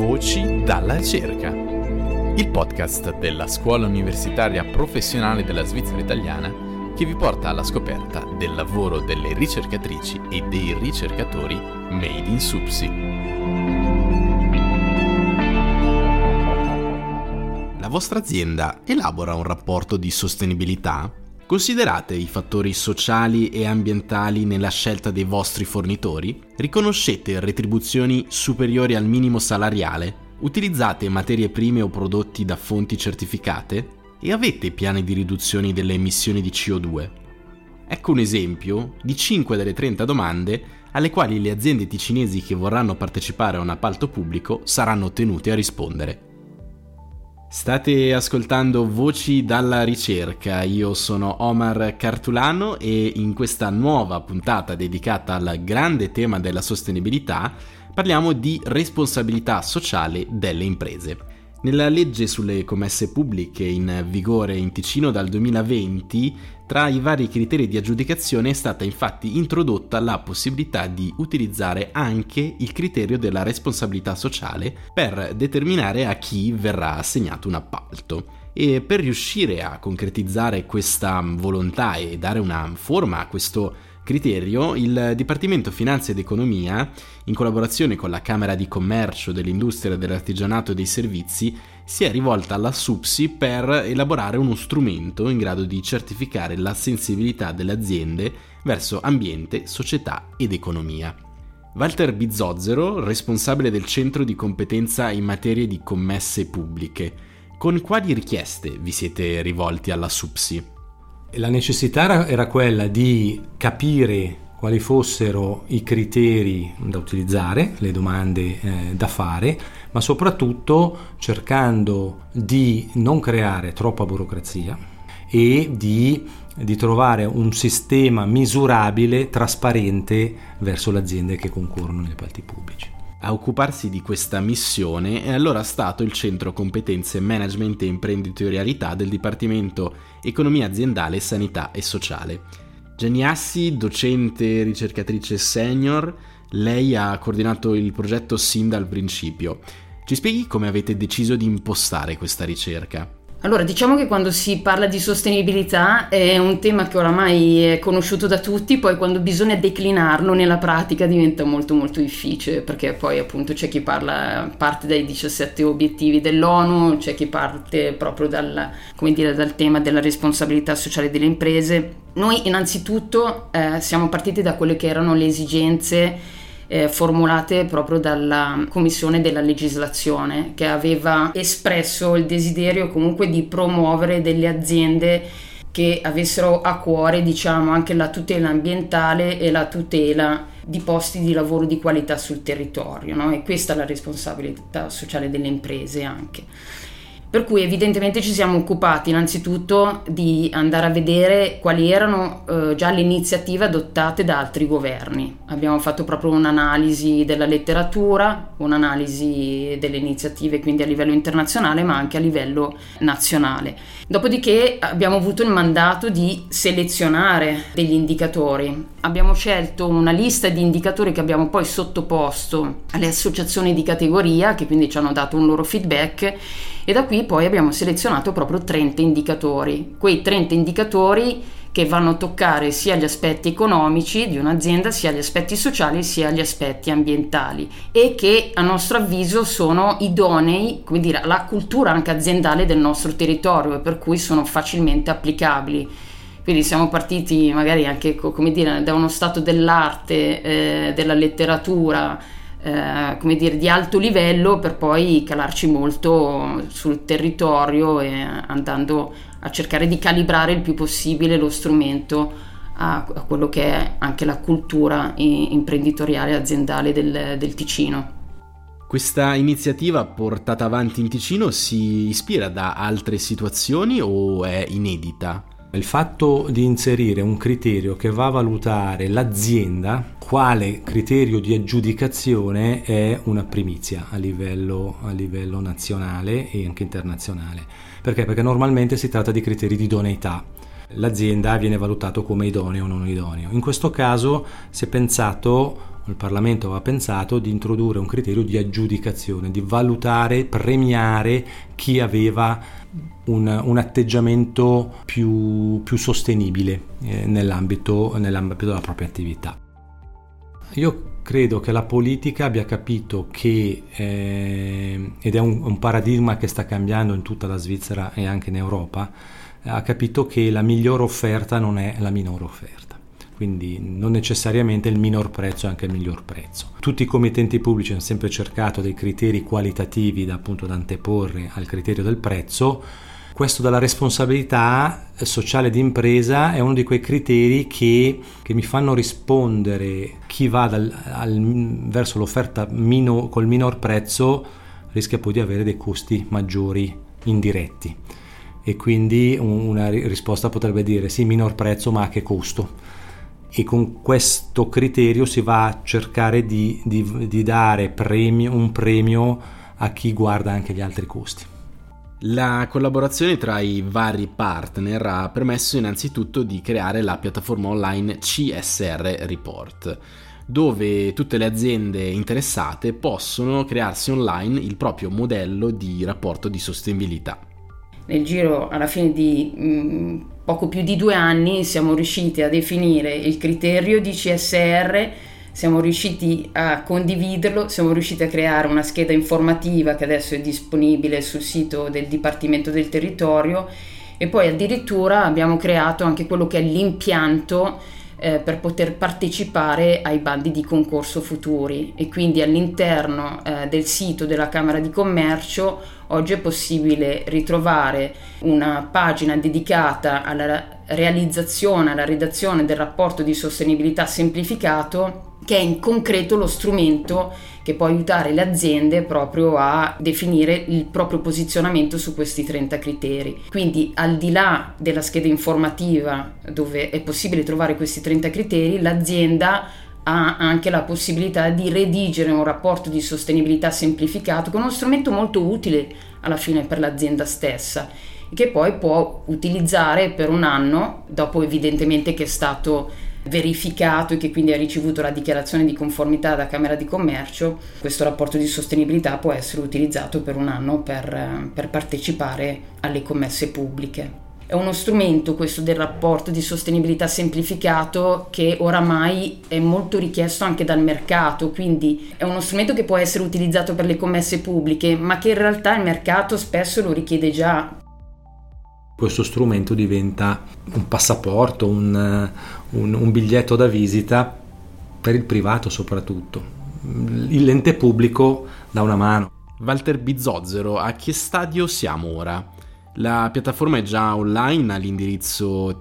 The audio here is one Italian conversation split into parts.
Voci dalla ricerca, il podcast della Scuola Universitaria Professionale della Svizzera Italiana che vi porta alla scoperta del lavoro delle ricercatrici e dei ricercatori made in SUPSI. La vostra azienda elabora un rapporto di sostenibilità? Considerate i fattori sociali e ambientali nella scelta dei vostri fornitori? Riconoscete retribuzioni superiori al minimo salariale? Utilizzate materie prime o prodotti da fonti certificate? E avete piani di riduzione delle emissioni di CO2? Ecco un esempio di 5 delle 30 domande alle quali le aziende ticinesi che vorranno partecipare a un appalto pubblico saranno tenute a rispondere. State ascoltando Voci dalla ricerca, io sono Omar Cartulano e in questa nuova puntata dedicata al grande tema della sostenibilità parliamo di responsabilità sociale delle imprese. Nella legge sulle commesse pubbliche in vigore in Ticino dal 2020, tra i vari criteri di aggiudicazione è stata infatti introdotta la possibilità di utilizzare anche il criterio della responsabilità sociale per determinare a chi verrà assegnato un appalto. E per riuscire a concretizzare questa volontà e dare una forma a questo criterio, il Dipartimento Finanza ed Economia, in collaborazione con la Camera di Commercio, dell'Industria, dell'Artigianato e dei Servizi, si è rivolta alla SUPSI per elaborare uno strumento in grado di certificare la sensibilità delle aziende verso ambiente, società ed economia. Walter Bizzozero, responsabile del Centro di Competenza in materie di commesse pubbliche, con quali richieste vi siete rivolti alla SUPSI? La necessità era quella di capire quali fossero i criteri da utilizzare, le domande da fare, ma soprattutto cercando di non creare troppa burocrazia e di trovare un sistema misurabile, trasparente verso le aziende che concorrono negli appalti pubblici. A occuparsi di questa missione è allora stato il Centro Competenze Management e Imprenditorialità del Dipartimento Economia Aziendale, Sanità e Sociale. Gianni Assi, docente ricercatrice senior, lei ha coordinato il progetto sin dal principio. Ci spieghi come avete deciso di impostare questa ricerca? Allora, diciamo che quando si parla di sostenibilità è un tema che oramai è conosciuto da tutti, poi quando bisogna declinarlo nella pratica diventa molto molto difficile, perché poi appunto c'è chi parte dai 17 obiettivi dell'ONU, c'è chi parte proprio dal tema della responsabilità sociale delle imprese. Noi innanzitutto siamo partiti da quelle che erano le esigenze formulate proprio dalla Commissione della legislazione, che aveva espresso il desiderio comunque di promuovere delle aziende che avessero a cuore, diciamo, anche la tutela ambientale e la tutela di posti di lavoro di qualità sul territorio, no? E questa è la responsabilità sociale delle imprese anche. Per cui evidentemente ci siamo occupati innanzitutto di andare a vedere quali erano già le iniziative adottate da altri governi. Abbiamo fatto proprio un'analisi della letteratura, un'analisi delle iniziative quindi a livello internazionale ma anche a livello nazionale. Dopodiché abbiamo avuto il mandato di selezionare degli indicatori. Abbiamo scelto una lista di indicatori che abbiamo poi sottoposto alle associazioni di categoria, che quindi ci hanno dato un loro feedback, e da qui poi abbiamo selezionato proprio 30 indicatori. Quei 30 indicatori che vanno a toccare sia gli aspetti economici di un'azienda, sia gli aspetti sociali, sia gli aspetti ambientali, e che a nostro avviso sono idonei, come dire, alla cultura anche aziendale del nostro territorio e per cui sono facilmente applicabili. Quindi siamo partiti magari anche, come dire, da uno stato dell'arte, della letteratura, come dire, di alto livello, per poi calarci molto sul territorio e andando a cercare di calibrare il più possibile lo strumento a quello che è anche la cultura imprenditoriale e aziendale del Ticino. Questa iniziativa portata avanti in Ticino si ispira da altre situazioni o è inedita? Il fatto di inserire un criterio che va a valutare l'azienda quale criterio di aggiudicazione è una primizia a livello nazionale e anche internazionale. Perché? Perché normalmente si tratta di criteri di idoneità. L'azienda viene valutato come idoneo o non idoneo. In questo caso si è pensato il Parlamento aveva pensato di introdurre un criterio di aggiudicazione, di valutare, premiare chi aveva un atteggiamento più sostenibile nell'ambito della propria attività. Io credo che la politica abbia capito che, ed è un paradigma che sta cambiando in tutta la Svizzera e anche in Europa, ha capito che la migliore offerta non è la minore offerta. Quindi non necessariamente il minor prezzo è anche il miglior prezzo. Tutti i committenti pubblici hanno sempre cercato dei criteri qualitativi da anteporre al criterio del prezzo. Questo della responsabilità sociale d'impresa è uno di quei criteri che mi fanno rispondere chi va verso l'offerta col minor prezzo rischia poi di avere dei costi maggiori indiretti, e quindi una risposta potrebbe dire sì, minor prezzo, ma a che costo? E con questo criterio si va a cercare di dare un premio a chi guarda anche gli altri costi. La collaborazione tra i vari partner ha permesso innanzitutto di creare la piattaforma online CSR Report, dove tutte le aziende interessate possono crearsi online il proprio modello di rapporto di sostenibilità. Nel giro, alla fine di poco più di 2 anni, siamo riusciti a definire il criterio di CSR, siamo riusciti a condividerlo, siamo riusciti a creare una scheda informativa che adesso è disponibile sul sito del Dipartimento del Territorio, e poi addirittura abbiamo creato anche quello che è l'impianto per poter partecipare ai bandi di concorso futuri, e quindi all'interno del sito della Camera di Commercio oggi è possibile ritrovare una pagina dedicata alla realizzazione, alla redazione del rapporto di sostenibilità semplificato, che è in concreto lo strumento che può aiutare le aziende proprio a definire il proprio posizionamento su questi 30 criteri. Quindi, al di là della scheda informativa dove è possibile trovare questi 30 criteri, l'azienda ha anche la possibilità di redigere un rapporto di sostenibilità semplificato, che è uno strumento molto utile alla fine per l'azienda stessa, che poi può utilizzare per un anno, dopo evidentemente che è stato verificato e che quindi ha ricevuto la dichiarazione di conformità da Camera di Commercio. Questo rapporto di sostenibilità può essere utilizzato per un anno per partecipare alle commesse pubbliche. È uno strumento, questo del rapporto di sostenibilità semplificato, che oramai è molto richiesto anche dal mercato, quindi è uno strumento che può essere utilizzato per le commesse pubbliche, ma che in realtà il mercato spesso lo richiede già. Questo strumento diventa un passaporto, un biglietto da visita per il privato soprattutto. L'ente pubblico dà una mano. Walter Bizzozero, a che stadio siamo ora? La piattaforma è già online all'indirizzo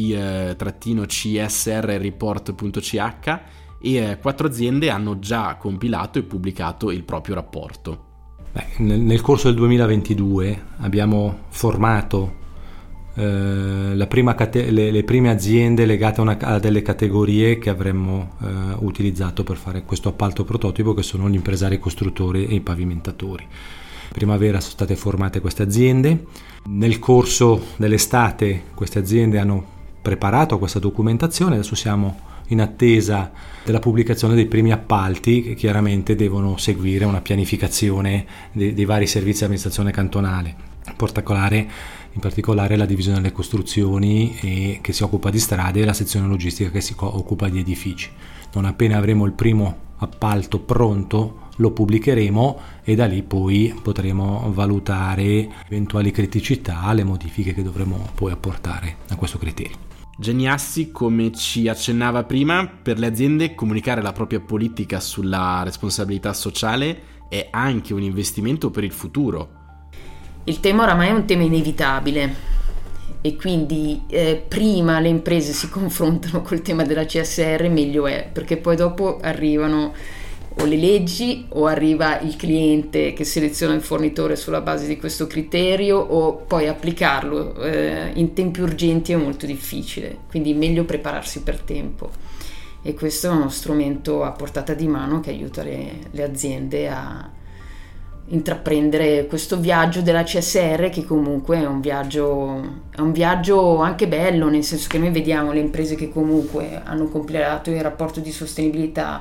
ti-csrreport.ch e 4 aziende hanno già compilato e pubblicato il proprio rapporto. Nel corso del 2022 abbiamo formato le prime aziende legate a delle categorie che avremmo utilizzato per fare questo appalto prototipo, che sono gli impresari costruttori e i pavimentatori. Primavera sono state formate queste aziende. Nel corso dell'estate queste aziende hanno preparato questa documentazione, adesso siamo in attesa della pubblicazione dei primi appalti, che chiaramente devono seguire una pianificazione dei vari servizi di amministrazione cantonale, in particolare la divisione delle costruzioni che si occupa di strade, e la sezione logistica che si occupa di edifici. Non appena avremo il primo appalto pronto lo pubblicheremo, e da lì poi potremo valutare eventuali criticità, le modifiche che dovremo poi apportare a questo criterio. Geniassi, come ci accennava prima, per le aziende comunicare la propria politica sulla responsabilità sociale è anche un investimento per il futuro. Il tema oramai è un tema inevitabile, e quindi prima le imprese si confrontano col tema della CSR meglio è, perché poi dopo arrivano o le leggi o arriva il cliente che seleziona il fornitore sulla base di questo criterio, o poi applicarlo in tempi urgenti è molto difficile, quindi meglio prepararsi per tempo, e questo è uno strumento a portata di mano che aiuta le aziende a intraprendere questo viaggio della CSR, che comunque è un viaggio anche bello, nel senso che noi vediamo le imprese che comunque hanno completato il rapporto di sostenibilità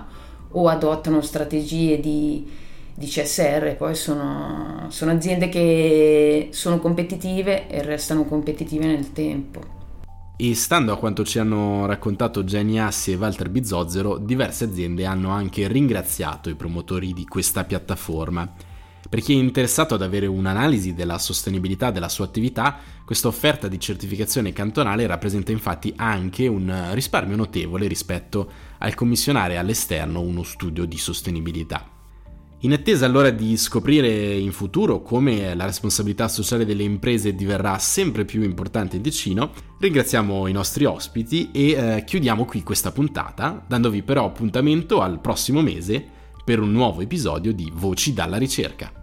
o adottano strategie di CSR, poi sono aziende che sono competitive e restano competitive nel tempo. E stando a quanto ci hanno raccontato Jenny Assi e Walter Bizzozero, diverse aziende hanno anche ringraziato i promotori di questa piattaforma. Per chi è interessato ad avere un'analisi della sostenibilità della sua attività, questa offerta di certificazione cantonale rappresenta infatti anche un risparmio notevole rispetto al commissionare all'esterno uno studio di sostenibilità. In attesa allora di scoprire in futuro come la responsabilità sociale delle imprese diverrà sempre più importante in Ticino, ringraziamo i nostri ospiti e chiudiamo qui questa puntata, dandovi però appuntamento al prossimo mese per un nuovo episodio di Voci dalla ricerca.